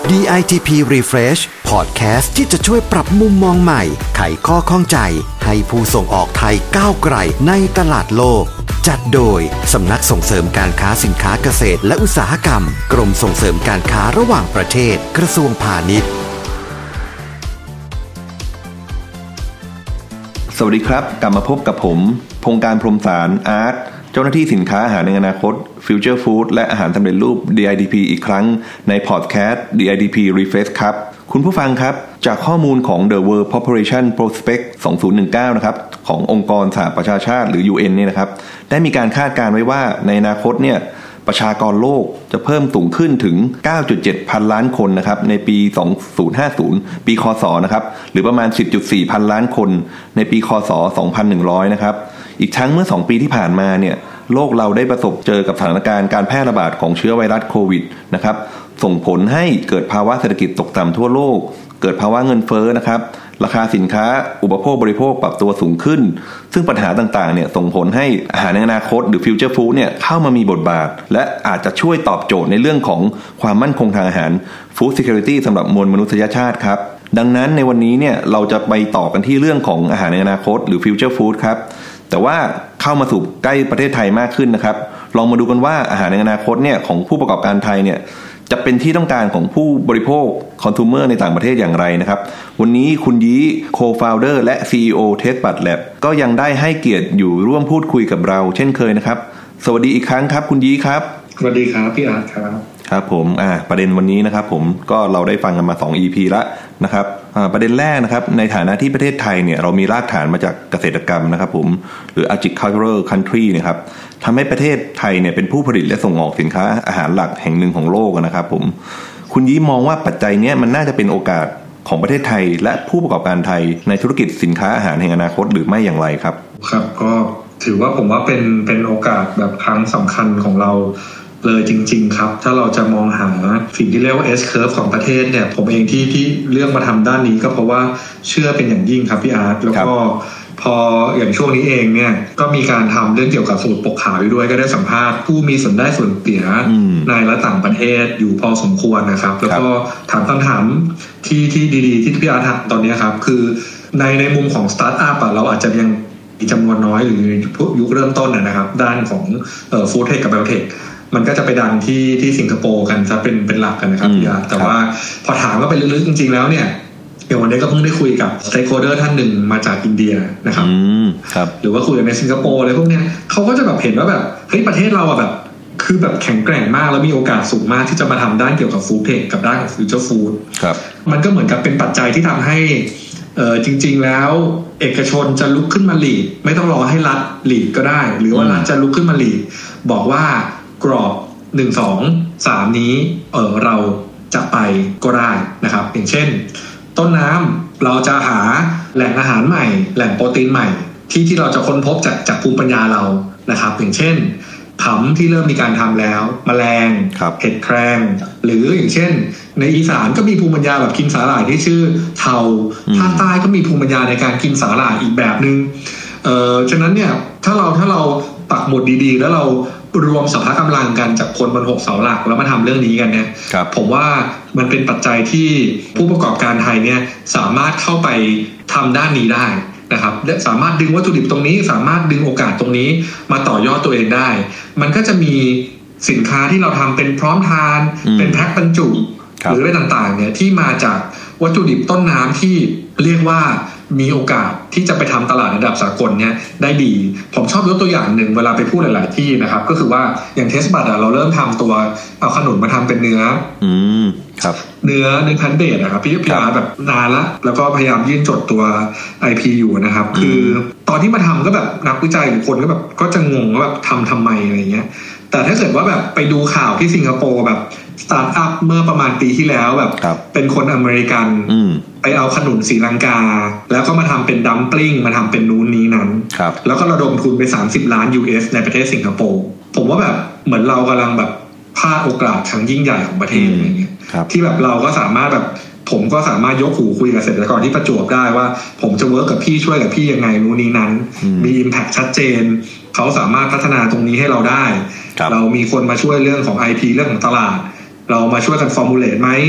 DITP Refresh Podcast ที่จะช่วยปรับมุมมองใหม่ไขข้อข้องใจให้ผู้ส่งออกไทยก้าวไกลในตลาดโลกจัดโดยสำนักส่งเสริมการค้าสินค้าเกษตรและอุตสาหกรรมกรมส่งเสริมการค้าระหว่างประเทศกระทรวงพาณิชย์สวัสดีครับกลับมาพบกับผมพงษ์การพรหมสารอาร์ตเจ้าหน้าที่สินค้าอาหารในอนาคต Future Food และอาหารสำเร็จรูป DITP อีกครั้งในพอดแคสต์ DITP Refresh ครับคุณผู้ฟังครับจากข้อมูลของ The World Population Prospect 2019 นะครับขององค์กรสหประชาชาติหรือ UN เนี่ยนะครับได้มีการคาดการณ์ไว้ว่าในอนาคตเนี่ยประชากรโลกจะเพิ่มสูงขึ้นถึง 9.7 พันล้านคนนะครับในปี 2050 ปีคศนะครับหรือประมาณ 10.4 พันล้านคนในปีคศ 2100 นะครับอีกทั้งเมื่อ2ปีที่ผ่านมาเนี่ยโลกเราได้ประสบเจอกับสถานการณ์การแพร่ระบาดของเชื้อไวรัสโควิดนะครับส่งผลให้เกิดภาวะเศรษฐกิจตกต่ำทั่วโลกเกิดภาวะเงินเฟ้อนะครับราคาสินค้าอุปโภคบริโภคปรับตัวสูงขึ้นซึ่งปัญหาต่างๆเนี่ยส่งผลให้อาหารในอนาคตหรือ Future Food เนี่ยเข้ามามีบทบาทและอาจจะช่วยตอบโจทย์ในเรื่องของความมั่นคงทางอาหาร Food Security สำหรับมวลมนุษยชาติครับดังนั้นในวันนี้เนี่ยเราจะไปต่อกันที่เรื่องของอาหารในอนาคตหรือ Future Food ครับแต่ว่าเข้ามาสู่ใกล้ประเทศไทยมากขึ้นนะครับลองมาดูกันว่าอาหารในอนาคตเนี่ยของผู้ประกอบการไทยเนี่ยจะเป็นที่ต้องการของผู้บริโภคคอน sumer ในต่างประเทศอย่างไรนะครับวันนี้คุณยี้ Co-founder และ CEO Testbud Lab ก็ยังได้ให้เกียรติอยู่ร่วมพูดคุยกับเราเช่นเคยนะครับสวัสดีอีกครั้งครับคุณยี้ครับสวัสดีครับพี่อาร์ตครับครับผมประเด็นวันนี้นะครับผมก็เราได้ฟังกันมา2 EP แล้วนะครับประเด็นแรกนะครับในฐานะที่ประเทศไทยเนี่ยเรามีรากฐานมาจากเกษตรกรรมนะครับผมหรือ agricultural country นะครับทำให้ประเทศไทยเนี่ยเป็นผู้ผลิตและส่งออกสินค้าอาหารหลักแห่งหนึ่งของโลกนะครับผมคุณยี้มองว่าปัจจัยนี้มันน่าจะเป็นโอกาสของประเทศไทยและผู้ประกอบการไทยในธุรกิจสินค้าอาหารแห่งอนาคตหรือไม่อย่างไรครับครับก็ถือว่าผมว่าเป็นโอกาสแบบครั้งสำคัญของเราเลยจริงๆครับถ้าเราจะมองหาสิ่งที่เรียกว่า S curve ของประเทศเนี่ยผมเองที่เลือกมาทำด้านนี้ก็เพราะว่าเชื่อเป็นอย่างยิ่งครับพี่อาร์ตแล้วก็พออย่างช่วงนี้เองเนี่ยก็มีการทำเรื่องเกี่ยวกับสมุดปกขาวอยู่ด้วยก็ได้สัมภาษณ์ผู้มีส่วนได้ส่วนเสียในและต่างประเทศอยู่พอสมควรนะครับแล้วก็ถามคำถามที่ดีๆที่พี่อาร์ตถามตอนนี้ครับคือในมุมของสตาร์ทอัพเราอาจจะยังมีจำนวนน้อยหรือยุคเริ่มต้นนะครับด้านของฟู้ดเทคกับไบโอเทคมันก็จะไปดังที่สิงคโปร์กันจะเป็นหลักกันนะครับพี่อาร์ตแต่ว่าพอถามว่าไปลึกๆจริงๆแล้วเนี่ยเดี๋ยววันนี้ก็เพิ่งได้คุยกับสเต็กโฮลเดอร์ท่านหนึ่งมาจากอินเดียนะครับหรือว่าคุยกับในสิงคโปร์อะไรพวกเนี้ยเขาก็จะแบบเห็นว่าแบบเฮ้ยประเทศเราอะแบบคือแบบแข็งแกร่งมากแล้วมีโอกาสสูงมากที่จะมาทำด้านเกี่ยวกับฟู้ดเทคกับด้านของฟิวเจอร์ฟู้ดมันก็เหมือนกับเป็นปัจจัยที่ทำให้จริงๆแล้วเอกชนจะลุกขึ้นมาลีดไม่ต้องรอให้รัฐลีดก็ได้หรือว่ารัฐจะลุกขึ้นมาลีดบอกว่ากรอบ1 2 3นี้เราจะไปก็ได้นะครับอย่างเช่นต้นน้ำเราจะหาแหล่งอาหารใหม่แหล่งโปรตีนใหม่ที่เราจะค้นพบจากภูมิปัญญาเรานะครับอย่างเช่นผำที่เริ่มมีการทำแล้วแมลงเห็ดแครงหรืออย่างเช่นในอีสานก็มีภูมิปัญญาแบบกินสาหร่ายที่ชื่อเทาภาคใต้ก็มีภูมิปัญญาในการกินสาหร่ายอีกแบบนึงฉะนั้นเนี่ยถ้าเราปักหมุดดีๆแล้วเรารวมสภากำลังกันจากคนบน6 เสาหลักแล้วมาทำเรื่องนี้กันเนี่ยผมว่ามันเป็นปัจจัยที่ผู้ประกอบการไทยเนี่ยสามารถเข้าไปทำด้านนี้ได้นะครับสามารถดึงวัตถุดิบตรงนี้สามารถดึงโอกาสตรงนี้มาต่อยอดตัวเองได้มันก็จะมีสินค้าที่เราทำเป็นพร้อมทานเป็นแพ็คบรรจุหรืออะไรต่างๆเนี่ยที่มาจากวัตถุดิบต้นน้ำที่เรียกว่ามีโอกาสที่จะไปทำตลาดระดับสากลเนี่ยได้ดีผมชอบยกตัวอย่างหนึ่งเวลาไปพูดหลายๆที่นะครับก็คือว่าอย่างเทสบัตเราเริ่มทำตัวเอาขนุนมาทำเป็นเนื้อเนื้อแพนเบดนะครับพี่อาร์แบบนานละแล้วก็พยายามยื่นจดตัว IP อยู่นะครับคือตอนที่มาทำก็แบบนักวิจัยหรือคนก็แบบก็จะงงว่าแบบทำไมอะไรเงี้ยแต่ถ้าเกิดว่าแบบไปดูข่าวที่สิงคโปร์แบบสตาร์ทอัพเมื่อประมาณปีที่แล้วแบบเป็นคนอเมริกันไปเอาขนุนศรีลังกาแล้วก็มาทำเป็นดัมปลิ้งมาทำเป็นนู้นนี้นั้นแล้วก็ระดมทุนไป30 ล้าน US ในประเทศสิงคโปร์ผมว่าแบบเหมือนเรากำลังแบบพลาดโอกาสครั้งยิ่งใหญ่ของประเทศอะไรเงี้ยที่แบบเราก็สามารถแบบผมก็สามารถยกหูคุยกับเกษตรกรที่ประจวบได้ว่าผมจะเวิร์กกับพี่ช่วยกับพี่ยังไงนู้นนี้นั้นมี impact ชัดเจนเขาสามารถพัฒนาตรงนี้ให้เราได้เรามีคนมาช่วยเรื่องของ IP เรื่องของตลาดเรามาช่วยกันฟอร์มูลเลตไหม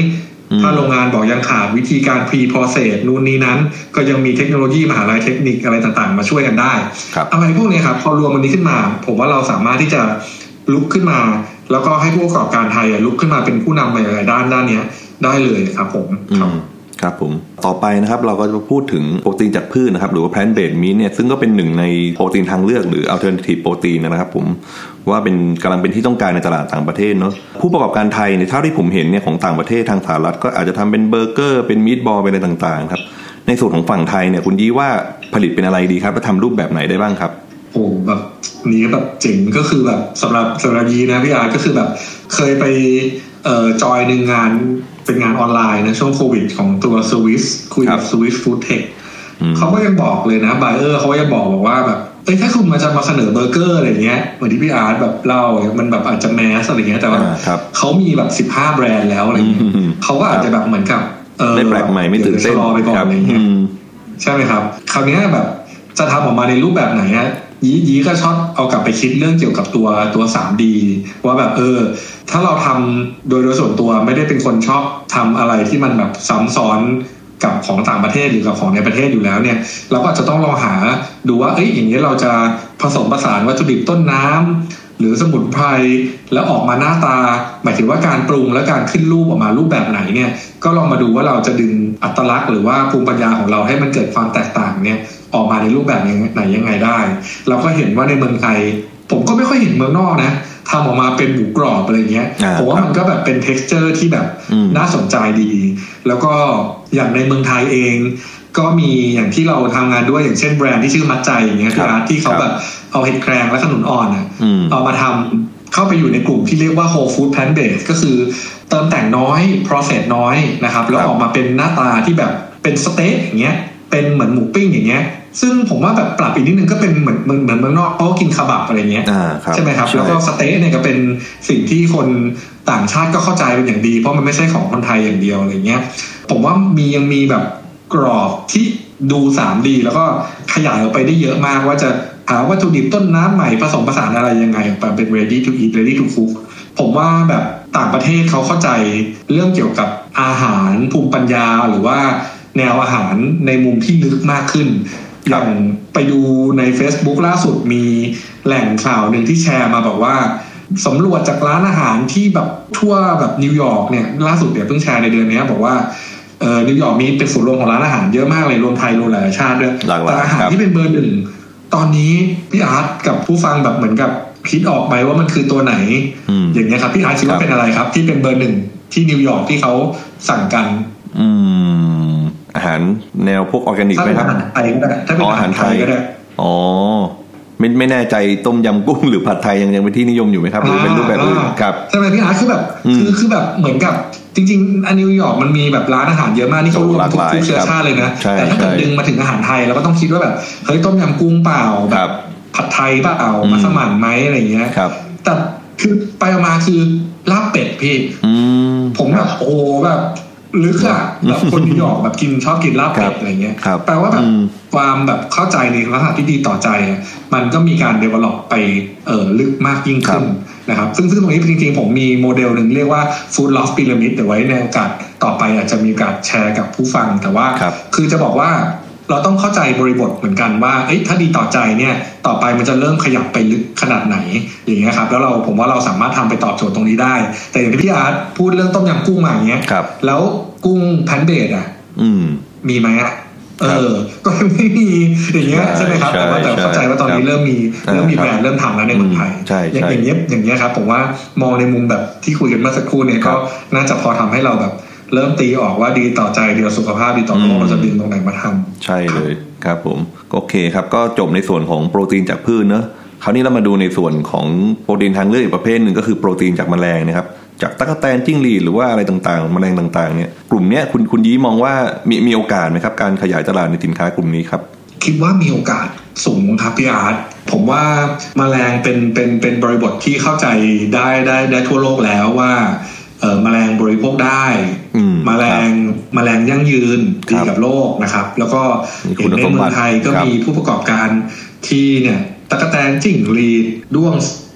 ถ้าโรงงานบอกยังขาดวิธีการ pre-process นู่นนี่นั้นก็ยังมีเทคโนโลยีมหาลัยเทคนิคอะไรต่างๆมาช่วยกันได้อะไรพวกนี้ครับพอรวมมันนี้ขึ้นมาผมว่าเราสามารถที่จะลุกขึ้นมาแล้วก็ให้ผู้ประกอบการไทยลุกขึ้นมาเป็นผู้นำในด้านนี้ได้เลยครับผมครับผมต่อไปนะครับเราก็จะพูดถึงโปรตีนจากพืชนะครับหรือว่า plant based meat เนี่ยซึ่งก็เป็นหนึ่งในโปรตีนทางเลือกหรือ alternative protein นะครับผมว่าเป็นกำลังเป็นที่ต้องการในตลาดต่างประเทศเนาะผู้ประกอบการไทยเนี่ยเท่าที่ผมเห็นเนี่ยของต่างประเทศทางสหรัฐก็อาจจะทำเป็นเบอร์เกอร์เป็นมีทบอลเป็นอะไรต่างๆครับในส่วนของฝั่งไทยเนี่ยคุณยี่ว่าผลิตเป็นอะไรดีครับและทำรูปแบบไหนได้บ้างครับโอ้แบบนี้แบบเจ๋งก็คือแบบสำหรับยีนะพี่อาร์ก็คือแบบเคยไปจอยหนึ่งงานเป็นงานออนไลน์นะช่วงโควิดของตัว Swiss คุยกับ Swiss Food Tech เขาก็ยังบอกเลยนะไบเออร์เขายังบอกว่าแบบถ้าคุณมาเสนอเบอร์เกอร์อะไรเงี้ยเหมือนที่พี่อาร์ตแบบเล่ามันแบบอาจจะแมสอะไรเงี้ยแต่ว่าเขามีแบบ15แบรนด์แล้วอะไรเงี้ยเขาก็อาจจะแบบเหมือนกับได้แปลกใหม่ไม่ตื่นเต้นรอไปก่อนอะไรเงี้ยใช่ไหมครับคราวนี้แบบจะทำออกมาในรูปแบบไหนฮะยีก็ชอบเอากลับไปคิดเรื่องเกี่ยวกับตัว 3D ว่าแบบถ้าเราทำโดยส่วนตัวไม่ได้เป็นคนชอบทำอะไรที่มันแบบซ้ำซ้อนกับของต่างประเทศหรือกับของในประเทศอยู่แล้วเนี่ยเราก็อาจจะต้องลองหาดูว่าอย่างนี้เราจะผสมผสานวัตถุดิบต้นน้ำหรือสมุนไพรแล้วออกมาหน้าตาหมายถึงว่าการปรุงและการขึ้นรูปออกมารูปแบบไหนเนี่ยก็ลองมาดูว่าเราจะดึงอัตลักษณ์หรือว่าภูมิปัญญาของเราให้มันเกิดความแตกต่างเนี่ยออกมาในรูปแบบไหนยังไงได้เราก็เห็นว่าในเมืองไทยผมก็ไม่ค่อยเห็นเมืองนอกนะทำออกมาเป็นหมูกรอบอะไรเงี้ยผมว่ามันก็แบบเป็น texture ที่แบบน่าสนใจดีแล้วก็อย่างในเมืองไทยเองก็มีอย่างที่เราทำงานด้วยอย่างเช่นแบรนด์ที่ชื่อมัดใจอย่างเงี้ยที่เขาแบบเอาเห็ดแครงและขนุนอ่อนเอามาทำเข้าไปอยู่ในกลุ่มที่เรียกว่า whole food plant based ก็คือเติมแต่งน้อย process น้อยนะครับแล้วออกมาเป็นหน้าตาที่แบบเป็นสเต็กอย่างเงี้ยเป็นเหมือนหมูปิ้งอย่างเงี้ยซึ่งผมว่าแบบปรับอีกนิดนึงก็เป็นเหมือนเมืองนอกเขากินคาบับอะไรเงี้ยใช่ไหมครับแล้วก็สเต๊กเนี่ยก็เป็นสิ่งที่คนต่างชาติก็เข้าใจเป็นอย่างดีเพราะมันไม่ใช่ของคนไทยอย่างเดียวอะไรเงี้ยผมว่ายังมีแบบกรอบที่ดู 3D แล้วก็ขยายออกไปได้เยอะมากว่าจะหาวัตถุดิบต้นน้ำใหม่ผสมผสานอะไรยังไงเป็น ready to eat ready to cook ผมว่าแบบต่างประเทศเขาเข้าใจเรื่องเกี่ยวกับอาหารภูมิปัญญาหรือว่าแนวอาหารในมุมที่ลึกมากขึ้นอย่างไปดูใน Facebook ล่าสุดมีแหล่งข่าวหนึ่งที่แชร์มาบอกว่าสำรวจจากร้านอาหารที่แบบทั่วแบบนิวยอร์กเนี่ยล่าสุดเพิ่งแชร์ในเดือนนี้บอกว่านิวยอร์กมีเป็นศูนย์รวมของร้านอาหารเยอะมากเลยรวมไทยรวมหลายชาติด้วยแต่อาหารที่เป็นเบอร์หนึ่งตอนนี้พี่อาร์ตกับผู้ฟังแบบเหมือนกับคิดออกไปว่ามันคือตัวไหนอย่างเงี้ยครับพี่อาร์ตคิดว่าเป็นอะไรครับที่เป็นเบอร์หนึ่งที่นิวยอร์กที่เขาสั่งกันอาหารแนวพวกออร์แกนิกไหมครับถ้าเป็นอาหารไทยก็ได้อ๋อไม่แน่ใจต้มยำกุ้งหรือผัดไทยยังเป็นที่นิยมอยู่ไหมครับหรือเป็นรูปแบบอื่นครับใช่ไหมพี่อาร์ตคือแบบคือแบบเหมือนกับจริงๆนิวยอร์กมันมีแบบร้านอาหารเยอะมากที่เขารวมทุกเชื้อชาติเลยนะแต่ถ้าเกิดดึงมาถึงอาหารไทยเราก็ต้องคิดว่าแบบเฮ้ยต้มยำกุ้งเปล่าแบบผัดไทยเปล่ามัสมั่นไหมอะไรเงี้ยแต่คือไปออกมาคือลาบเป็ดพี่ผมแบบโอ้แบบลึกอะแบบคนนิวยอร์กแบบชอบกินลาบเป็ดอะไรเงี้ยแปลว่าแบบความแบบเข้าใจในลักษณะที่ดีต่อใจมันก็มีการ develop ไปลึกมากยิ่งขึ้นนะครับซึ่งตรงนี้จริงๆผมมีโมเดลหนึ่งเรียกว่า Food Loss Pyramid เดี๋ยวไว้ในโอกาสต่อไปอาจจะมีโอกาสแชร์กับผู้ฟังแต่ว่าคือจะบอกว่าเราต้องเข้าใจบริบทเหมือนกันว่าถ้าดีต่อใจเนี่ยต่อไปมันจะเริ่มขยับไปลึกขนาดไหนอย่างเงี้ยครับแล้วผมว่าเราสามารถทำไปตอบโจทย์ตรงนี้ได้แต่อย่างที่พี่อาร์ตพูดเรื่องต้มยำกุ้งมาอย่างเงี้ยแล้วกุ้งแพนเบดมีไหมก็ไม่มีอย่างเงี้ยใช่ไหมครับแต่ว่าเข้าใจว่าตอนนี้เริ่มมีแบรนด์เริ่มทำแล้วในเมืองไทยอย่างเงี้ยครับผมว่ามองในมุมแบบที่คุยกันเมื่อสักครู่เนี่ยก็น่าจะพอทำให้เราแบบเริ่มตีออกว่าดีต่อใจดีต่อสุขภาพดีต่อโลกเราจะดึงตรงไหนมาทำใช่เลยครับผมโอเคครับก็จบในส่วนของโปรตีนจากพืชเนอะคราวนี้เรามาดูในส่วนของโปรตีนทางเลือกอีกประเภทหนึ่งก็คือโปรตีนจากแมลงนะครับจากตั๊กแตนจิ้งหรีดหรือว่าอะไรต่างๆแมลงต่างๆเนี่ยกลุ่มเนี้ยคุณยี้มองว่ามีโอกาสไหมครับการขยายตลาดในสินค้ากลุ่มนี้ครับคิดว่ามีโอกาสสูงครับพี่อาร์ตผมว่าแมลงเป็นบริบทที่เข้าใจได้ทั่วโลกแล้วว่าแมลงบริโภคได้แมลงยั่งยืนดีกับโลกนะครับแล้วก็ในเมืองไทยก็มีผู้ประกอบการที่เนี่ยตั๊กแตนจิ้งหรีดด้วง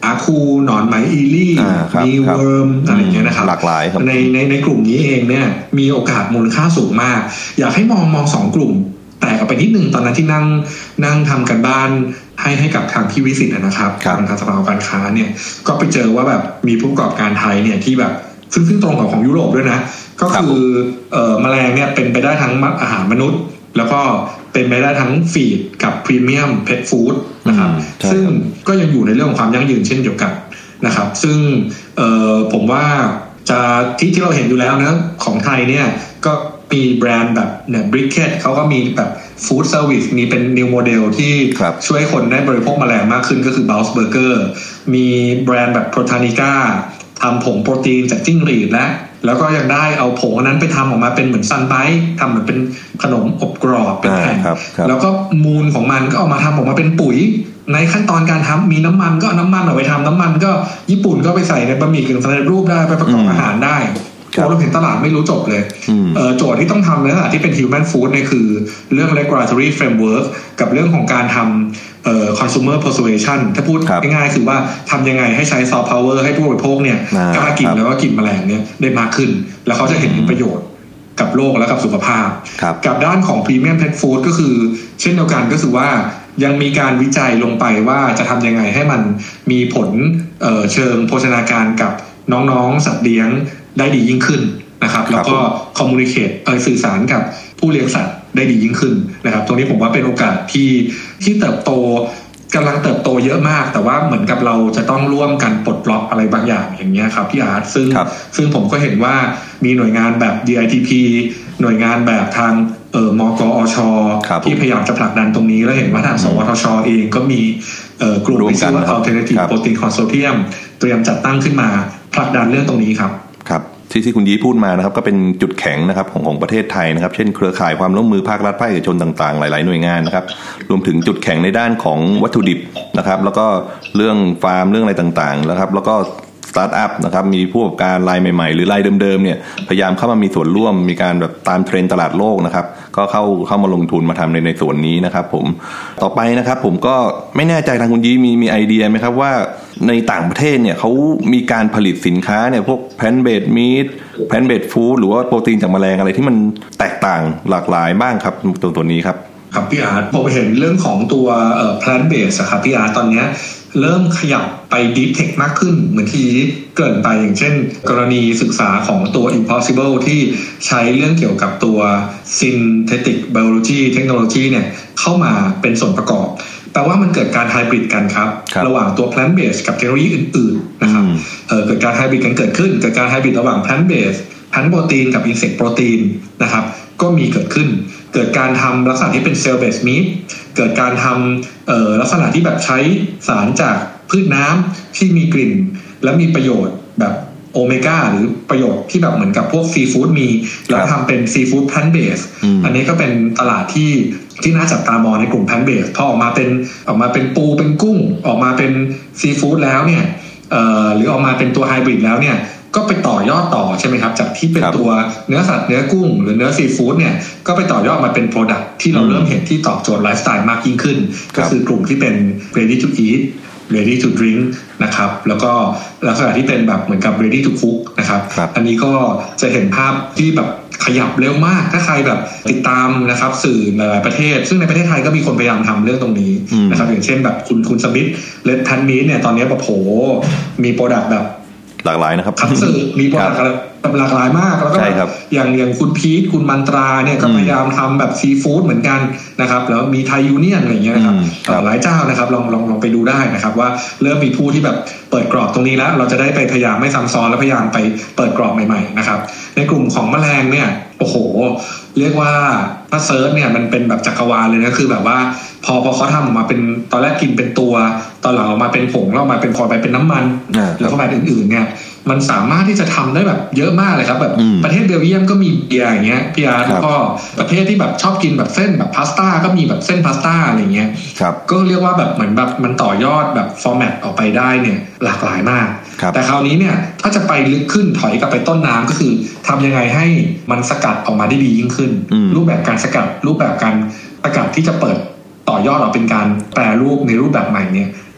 อาคูหนอนไหมอีลี่มีเวิร์มอะไรอย่างเงี้ยนะครับหลากหลายครับในกลุ่มนี้เองเนี่ยมีโอกาสมูลค่าสูงมากอยากให้มองสองกลุ่มแตกออกไปนิดนึงตอนนั้นที่นั่งทำกันบ้านให้กับทางพี่วิสิตนะครับทางสภาการค้าเนี่ยก็ไปเจอว่าแบบมีผู้ประกอบการไทยเนี่ยที่แบบซึ่งตรงกับของยุโรปด้วยนะก็คือแมลงเนี่ยเป็นไปได้ทั้งอาหารมนุษย์แล้วก็เป็นไปได้ทั้งฟีดกับพรีเมียมเพทฟู้ดนะครับซึ่งก็ยังอยู่ในเรื่องของความยั่งยืนเช่นเดียวกันนะครับซึ่งผมว่าจะที่เราเห็นอยู่แล้วนะของไทยเนี่ยก็มีแบรนด์แบบเนี่ยบริกเก็ตเขาก็มีแบบฟู้ดเซอร์วิสมีเป็นนิวโมเดลที่ช่วยคนได้บริโภคแมลงมากขึ้นก็คือ Bounce Burger มีแบรนด์แบบ Protanica ทำผงโปรตีนจากจิ้งหรีดแล้วก็ยังได้เอาผงนั้นไปทำออกมาเป็นเหมือนซันไบต์ทำเหมือนเป็นขนมอบกรอบเป็นแผ่นแล้วก็มูลของมันก็เอามาทำออกมาเป็นปุ๋ยในขั้นตอนการทำมีน้ำมันก็เอาน้ำมันเอาไปทำน้ำมันก็ญี่ปุ่นก็ไปใส่ในบะหมี่กึ่งสำเร็จรูปได้ไปประกอบอาหารได้เราเห็นตลาดไม่รู้จบเลยโจทย์ที่ต้องทำในขณะที่เป็น human food เนี่ยคือเรื่อง regulatory framework กับเรื่องของการทำconsumer persuasion ถ้าพูดง่ายๆคือว่าทำยังไงให้ใช้ soft power ให้ผู้บริโภคเนี่ยกล้ากินแล้วก็กินแมลงเนี่ยได้มากขึ้นแล้วเขาจะเห็นประโยชน์กับโลกและกับสุขภาพกับด้านของ premium pet food ก็คือเช่นเดียวกันก็คือว่ายังมีการวิจัยลงไปว่าจะทำยังไงให้มันมีผลเชิงโภชนาการกับน้องๆสัตว์เลี้ยงได้ดียิ่งขึ้นนะครับแล้วก็คอมมูนิเคตสื่อสารกับผู้เลี้ยงสัตว์ได้ดียิ่งขึ้นนะครับตรงนี้ผมว่าเป็นโอกาสที่เติบโตกำลังเติบโตเยอะมากแต่ว่าเหมือนกับเราจะต้องร่วมกันปลดล็อกอะไรบางอย่างอย่างเงี้ยครับพี่อาร์ตซึ่งผมก็เห็นว่ามีหน่วยงานแบบ DITP หน่วยงานแบบทางมกอชที่พยายามจะผลักดันตรงนี้แล้วเห็นว่าทางสวทชเองก็มีกลุ่มที่ชื่อว่า Alternative Protein Consortium เตรียมจัดตั้งขึ้นมาผลักดันเรื่องตรงนี้ครับครับที่คุณยีพูดมานะครับก็เป็นจุดแข็งนะครับของประเทศไทยนะครับเช่นเครือข่ายความร่วมมือภาครัฐภาคเอกชนต่างๆหลายๆหน่วยงานนะครับรวมถึงจุดแข็งในด้านของวัตถุดิบนะครับแล้วก็เรื่องฟาร์มเรื่องอะไรต่างๆนะครับแล้วก็สตาร์ทอัพนะครับมีผู้ประกอบการรายใหม่ๆหรือรายเดิมๆเนี่ยพยายามเข้ามามีส่วนร่วมมีการแบบตามเทรนด์ตลาดโลกนะครับก็เข้ามาลงทุนมาทำในส่วนนี้นะครับผมต่อไปนะครับผมก็ไม่แน่ใจทางคุณยีมีไอเดียไหมครับว่าในต่างประเทศเนี่ยเขามีการผลิตสินค้าเนี่ยพวกแพลนท์เบสมีทแพลนท์เบสฟู้ดหรือว่าโปรตีนจากแมลงอะไรที่มันแตกต่างหลากหลายบ้างครับตัวนี้ครับครับพี่อาร์ตผมเห็นเรื่องของตัวplant based ครับพี่อาร์ตตอนนี้เริ่มขยับไป deep tech มากขึ้นเหมือนที่เกริ่นไปอย่างเช่นกรณีศึกษาของตัว Impossible ที่ใช้เรื่องเกี่ยวกับตัว synthetic biology technology เนี่ยเข้ามาเป็นส่วนประกอบแปลว่ามันเกิดการไฮบริดกันครับระหว่างตัว plant based กับเทคโนโลยีอื่นๆนะครับเกิดการไฮบริดกันเกิดขึ้นเกิดการไฮบริดระหว่าง plant based พันธุ์โปรตีนกับ insect โปรตีนนะครับก็มีเกิดขึ้นเกิดการทำลักษณะที่เป็น cell based meat เกิดการทำลักษณะที่แบบใช้สารจากพืชน้ำที่มีกลิ่นและมีประโยชน์แบบโอเมก้าหรือประโยชน์ที่แบบเหมือนกับพวกซีฟู้ดมีแล้วทำเป็นซีฟู้ดแพลนท์เบสอันนี้ก็เป็นตลาดที่น่าจับตามองในกลุ่มแพลนท์เบสพอออกมาเป็นปูเป็นกุ้งออกมาเป็นซีฟู้ดแล้วเนี่ยหรือออกมาเป็นตัวไฮบริดแล้วเนี่ยก็ไปต่อยอดต่อใช่ไหมครับจากที่เป็นตัวเนื้อสัตว์เนื้อกุ้งหรือเนื้อซีฟู้ดเนี่ยก็ไปต่อยอดมาเป็นโปรดักต์ที่เราเริ่มเห็นที่ตอบโจทย์ไลฟ์สไตล์มากยิ่งขึ้นก็คือกลุ่มที่เป็น ready to eat ready to drink นะครับแล้วก็ลักษณะที่เป็นแบบเหมือนกับ ready to cook นะครับอันนี้ก็จะเห็นภาพที่แบบขยับเร็วมากถ้าใครแบบติดตามนะครับสื่อหลายๆประเทศซึ่งในประเทศไทยก็มีคนพยายามทำเรื่องตรงนี้นะครับอย่างเช่นแบบคุณสมิธเลดทันมีเนี่ยตอนนี้แบบโหมีโปรดักต์แบบหลากหลายนะครับคัตสึมีโปรดักต์หลากหลายมากแล้วก็อย่างคุณพีทคุณมันตราเนี่ยก็พยายามทำแบบซีฟู้ดเหมือนกันนะครับแล้วมีไทยยูเนียนอะไรอย่างเงี้ยนะครับหลายเจ้านะครับลองไปดูได้นะครับว่าเริ่มมีผู้ที่แบบเปิดกรอบตรงนี้แล้วเราจะได้ไปพยายามไม่ซ้ำซ้อนและพยายามไปเปิดกรอบใหม่ๆนะครับในกลุ่มของแมลงเนี่ยโอ้โหเรียกว่าถ้าเซิร์ชเนี่ยมันเป็นแบบจักรวาลเลยนะคือแบบว่าพอเขาทำออกมาเป็นตอนแรกกินเป็นตัวตอนหลังออกมาเป็นผงแล้วมาเป็นพอไปเป็นน้ำมันแล้วก็แบบอื่นๆเนี่ยมันสามารถที่จะทำได้แบบเยอะมากเลยครับแบบประเทศเบลเยียมก็มีเบียร์อย่างเงี้ยพี่อาร์ตแล้วก็ประเทศที่แบบชอบกินแบบเส้นแบบพาสต้าก็มีแบบเส้นพาสต้าอะไรเงี้ยก็เรียกว่าแบบเหมือนแบบมันต่อยอดแบบฟอร์แมตออกไปได้เนี่ยหลากหลายมากแต่คราวนี้เนี่ยถ้าจะไปลึกขึ้นถอยกลับไปต้นน้ำก็คือทำยังไงให้มันสกัดออกมาได้ดียิ่งขึ้นรูปแบบการสกัดรูปแบบการสกัดที่จะเปิดต่อยอดออกเป็นการแปรรูปในรูปแบบใหม่เนี่ย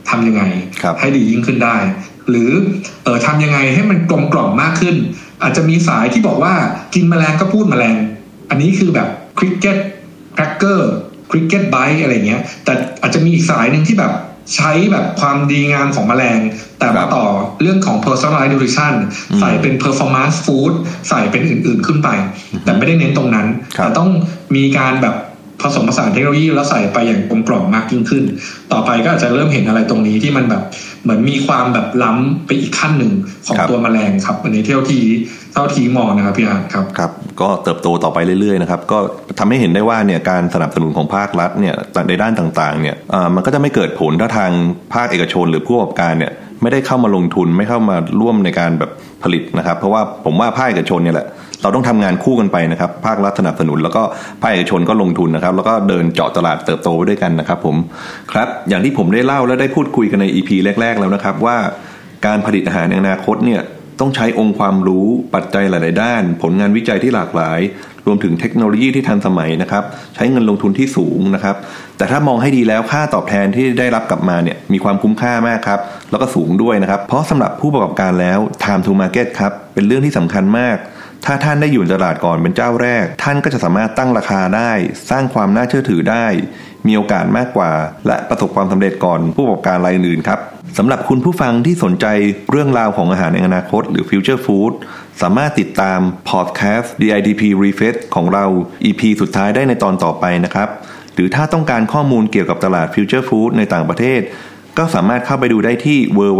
ทำยังไงให้ดียิ่งขึ้นได้หรือทำยังไงให้มันกลมกล่อมมากขึ้นอาจจะมีสายที่บอกว่ากินแมลงก็พูดแมลงอันนี้คือแบบคริกเก็ตแครกเกอร์คริกเก็ตไบต์อะไรเงี้ยแต่อาจจะมีอีกสายนึงที่แบบใช้แบบความดีงามของแมลงแต่มาต่อเรื่องของ personalized nutrition ใส่เป็น performance food ใส่เป็นอื่นๆขึ้นไปแต่ไม่ได้เน้นตรงนั้นแต่ต้องมีการแบบผสมผสานเทคโนโลยีแล้วใส่ไปอย่างกลมกล่อมมากยิ่งขึ้นต่อไปก็อาจจะเริ่มเห็นอะไรตรงนี้ที่มันแบบเหมือนมีความแบบล้ำไปอีกขั้นหนึ่งของตัวแมลงครับอันนี้เท่าที่มองนะครับพี่อาร์ตครับครับก็เติบโตต่อไปเรื่อยๆนะครับก็ทำให้เห็นได้ว่าเนี่ยการสนับสนุนของภาครัฐเนี่ยในด้านต่างๆเนี่ยมันก็จะไม่เกิดผลถ้าทางภาคเอกชนหรือผู้ประกอบการเนี่ยไม่ได้เข้ามาลงทุนไม่เข้ามาร่วมในการแบบผลิตนะครับเพราะว่าผมว่าภาคเอกชนเนี่ยแหละเราต้องทำงานคู่กันไปนะครับภาครัฐสนับสนุนแล้วก็ภาคเอกชนก็ลงทุนนะครับแล้วก็เดินเจาะตลาดเติบโตไปด้วยกันนะครับผมครับอย่างที่ผมได้เล่าและได้พูดคุยกันใน EP แรกๆแล้วนะครับว่าการผลิตอาหารในอนาคตเนี่ยต้องใช้องค์ความรู้ปัจจัยหลายๆด้านผลงานวิจัยที่หลากหลายรวมถึงเทคโนโลยีที่ทันสมัยนะครับใช้เงินลงทุนที่สูงนะครับแต่ถ้ามองให้ดีแล้วค่าตอบแทนที่ได้รับกลับมาเนี่ยมีความคุ้มค่ามากครับแล้วก็สูงด้วยนะครับเพราะสำหรับผู้ประกอบการแล้ว time to market ครับเป็นเรื่องที่สำคัญมากถ้าท่านได้อยู่ในตลาดก่อนเป็นเจ้าแรกท่านก็จะสามารถตั้งราคาได้สร้างความน่าเชื่อถือได้มีโอกาสมากกว่าและประสบความสำเร็จก่อนผู้ประกอบการรายอื่นครับสำหรับคุณผู้ฟังที่สนใจเรื่องราวของอาหารในอนาคตหรือ Future Food สามารถติดตาม Podcast DIDP Refresh ของเรา EP สุดท้ายได้ในตอนต่อไปนะครับหรือถ้าต้องการข้อมูลเกี่ยวกับตลาด Future Food ในต่างประเทศก็สามารถเข้าไปดูได้ที่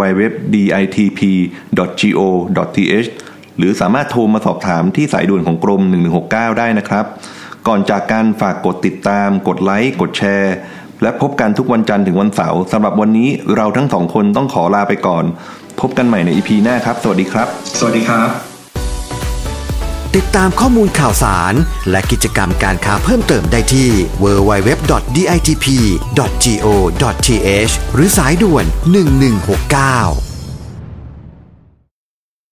www.ditp.go.th หรือสามารถโทรมาสอบถามที่สายด่วนของกรม1169ได้นะครับก่อนจากการฝากกดติดตามกดไลค์กดแชร์และพบกันทุกวันจันทร์ถึงวันเสาร์สำหรับวันนี้เราทั้งสองคนต้องขอลาไปก่อนพบกันใหม่ใน EP หน้าครับสวัสดีครับสวัสดีครับติดตามข้อมูลข่าวสารและกิจกรรมการค้าเพิ่มเติมได้ที่ www.ditp.go.th หรือสายด่วน1169